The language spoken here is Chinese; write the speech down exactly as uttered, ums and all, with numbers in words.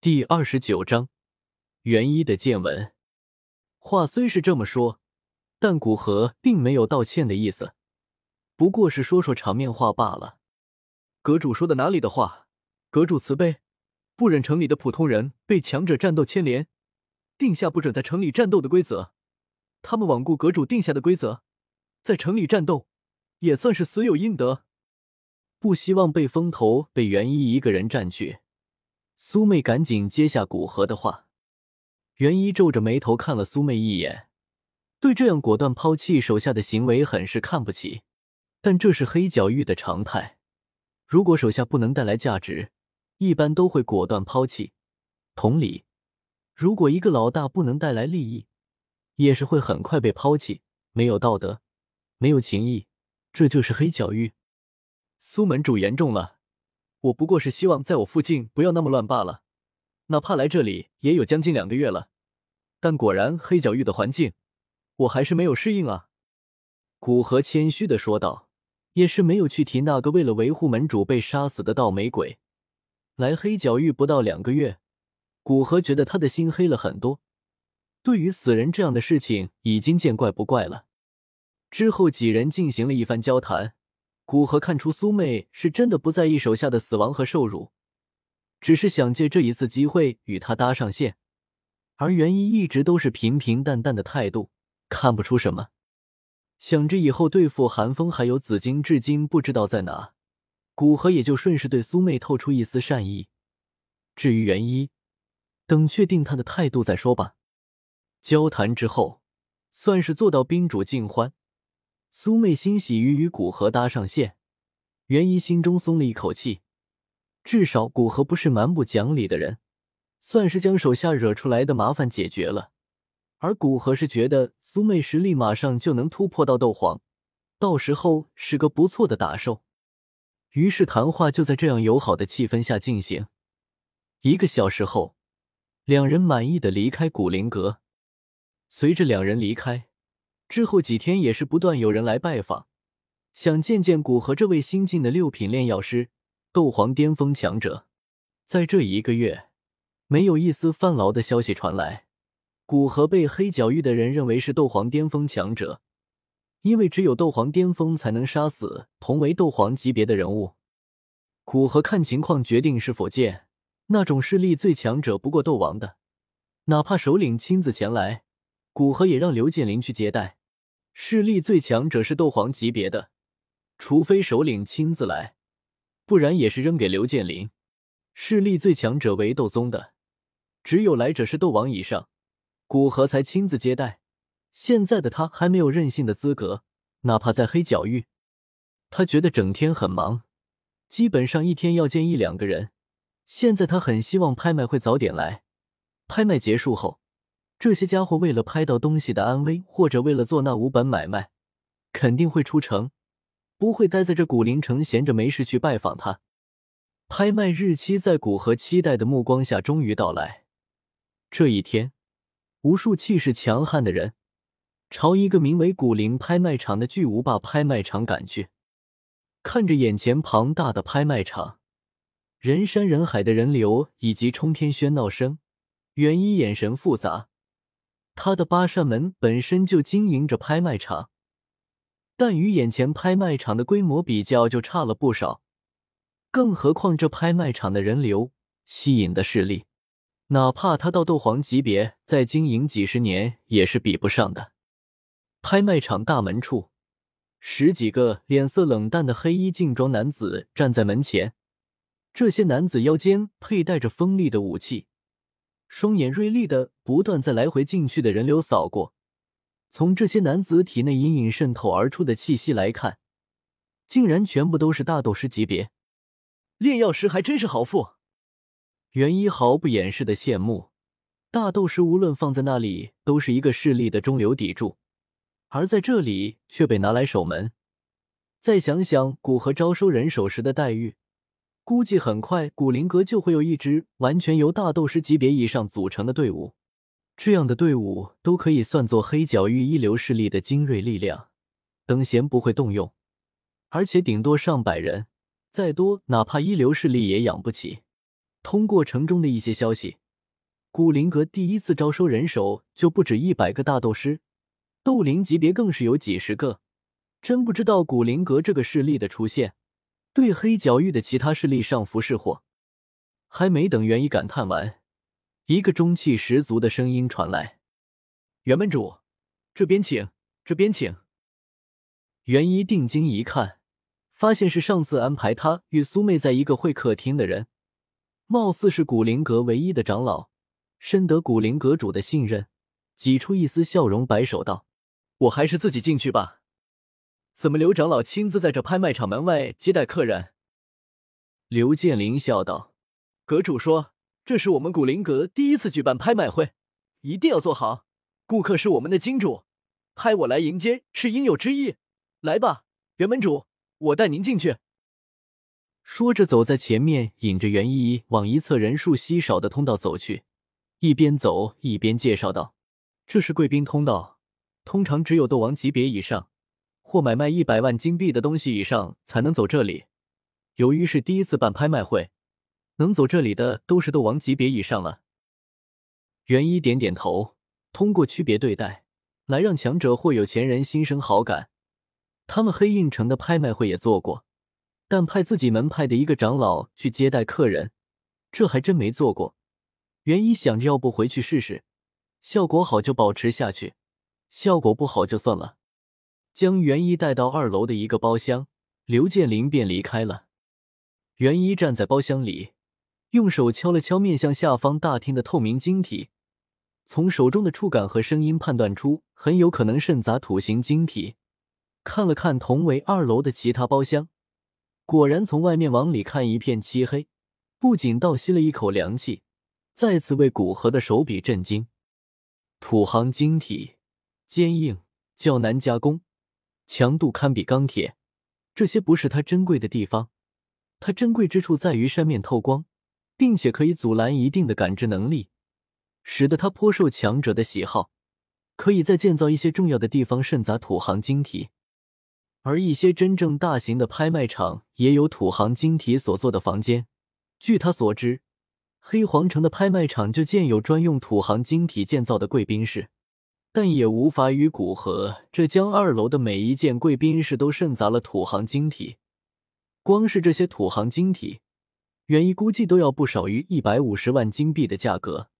第二十九章元一的见闻。话虽是这么说，但古河并没有道歉的意思，不过是说说场面话罢了。阁主说的哪里的话？阁主慈悲，不忍城里的普通人被强者战斗牵连，定下不准在城里战斗的规则。他们罔顾阁主定下的规则，在城里战斗，也算是死有应得。不希望被风头被元一一个人占据。苏妹赶紧接下古河的话。元一皱着眉头看了苏妹一眼，对这样果断抛弃手下的行为很是看不起，但这是黑角域的常态，如果手下不能带来价值，一般都会果断抛弃。同理，如果一个老大不能带来利益，也是会很快被抛弃，没有道德，没有情义，这就是黑角域。苏门主言重了，我不过是希望在我附近不要那么乱罢了，哪怕来这里也有将近两个月了，但果然黑角域的环境，我还是没有适应啊。古河谦虚地说道，也是没有去提那个为了维护门主被杀死的盗煤鬼。来黑角域不到两个月，古河觉得他的心黑了很多，对于死人这样的事情已经见怪不怪了。之后几人进行了一番交谈，古河看出苏妹是真的不在意手下的死亡和受辱，只是想借这一次机会与他搭上线，而元一一直都是平平淡淡的态度，看不出什么。想着以后对付韩风还有紫金至今不知道在哪，古河也就顺势对苏妹透出一丝善意。至于元一，等确定他的态度再说吧。交谈之后，算是做到宾主尽欢。苏妹欣喜于与古河搭上线，元一心中松了一口气，至少古河不是蛮不讲理的人，算是将手下惹出来的麻烦解决了。而古河是觉得苏妹实力马上就能突破到斗皇，到时候是个不错的打手。于是谈话就在这样友好的气氛下进行。一个小时后，两人满意的离开古灵阁。随着两人离开之后几天，也是不断有人来拜访，想见见古河这位新晋的六品炼药师，斗皇巅峰强者。在这一个月，没有一丝犯劳的消息传来。古河被黑角域的人认为是斗皇巅峰强者，因为只有斗皇巅峰才能杀死同为斗皇级别的人物。古河看情况决定是否见那种势力最强者不过斗王的，哪怕首领亲自前来，古河也让刘建林去接待。势力最强者是斗皇级别的，除非首领亲自来，不然也是扔给刘建林。势力最强者为斗宗的，只有来者是斗王以上，古河才亲自接待。现在的他还没有任性的资格，哪怕在黑角域，他觉得整天很忙，基本上一天要见一两个人。现在他很希望拍卖会早点来，拍卖结束后，这些家伙为了拍到东西的安危，或者为了做那五本买卖，肯定会出城，不会待在这古灵城闲着没事去拜访他。拍卖日期在古河期待的目光下终于到来。这一天，无数气势强悍的人朝一个名为古灵拍卖场的巨无霸拍卖场赶去。看着眼前庞大的拍卖场，人山人海的人流以及冲天喧闹声，元一眼神复杂。他的八扇门本身就经营着拍卖场，但与眼前拍卖场的规模比较就差了不少，更何况这拍卖场的人流吸引的势力，哪怕他到斗皇级别再经营几十年也是比不上的。拍卖场大门处，十几个脸色冷淡的黑衣劲装男子站在门前，这些男子腰间佩戴着锋利的武器，双眼锐利的不断在来回进去的人流扫过。从这些男子体内隐隐渗透而出的气息来看，竟然全部都是大斗师级别。炼药师还真是好富。元一毫不掩饰的羡慕，大斗师无论放在那里都是一个势力的中流砥柱，而在这里却被拿来守门。再想想古河招收人手时的待遇，估计很快古灵阁就会有一支完全由大斗师级别以上组成的队伍，这样的队伍都可以算作黑角域一流势力的精锐力量，等闲不会动用，而且顶多上百人，再多哪怕一流势力也养不起。 通过城中的一些消息，古灵阁第一次招收人手就不止一百个大斗师，斗灵级别更是有几十个。真不知道古灵阁这个势力的出现，对黑角域的其他势力上浮是祸。还没等元一感叹完，一个中气十足的声音传来：“元门主，这边请，这边请。”元一定睛一看，发现是上次安排他与苏妹在一个会客厅的人，貌似是古灵阁唯一的长老，深得古灵阁主的信任，挤出一丝笑容，摆手道：“我还是自己进去吧。怎么刘长老亲自在这拍卖场门外接待客人？”刘建林笑道：“阁主说，这是我们古灵阁第一次举办拍卖会，一定要做好。顾客是我们的金主，派我来迎接是应有之义。来吧，元门主，我带您进去。”说着走在前面，引着袁依依往一侧人数稀少的通道走去，一边走一边介绍道：“这是贵宾通道，通常只有斗王级别以上或买卖一百万金币的东西以上才能走这里。由于是第一次办拍卖会，能走这里的都是斗王级别以上了。”袁一点点头，通过区别对待来让强者或有钱人心生好感。他们黑印城的拍卖会也做过，但派自己门派的一个长老去接待客人，这还真没做过。袁一想着要不回去试试，效果好就保持下去，效果不好就算了。将袁一带到二楼的一个包厢，刘建林便离开了。袁一站在包厢里，用手敲了敲面向下方大厅的透明晶体，从手中的触感和声音判断出很有可能渗杂土形晶体。看了看同为二楼的其他包厢，果然从外面往里看一片漆黑，不仅倒吸了一口凉气，再次为古河的手笔震惊。土行晶体，坚硬，较难加工，强度堪比钢铁，这些不是它珍贵的地方，它珍贵之处在于扇面透光，并且可以阻拦一定的感知能力，使得它颇受强者的喜好，可以在建造一些重要的地方渗杂土行晶体。而一些真正大型的拍卖场也有土行晶体所做的房间。据他所知，黑皇城的拍卖场就建有专用土行晶体建造的贵宾室，但也无法与古河这将二楼的每一件贵宾室都渗杂了土行晶体。光是这些土行晶体，袁一估计都要不少于一百五十万金币的价格。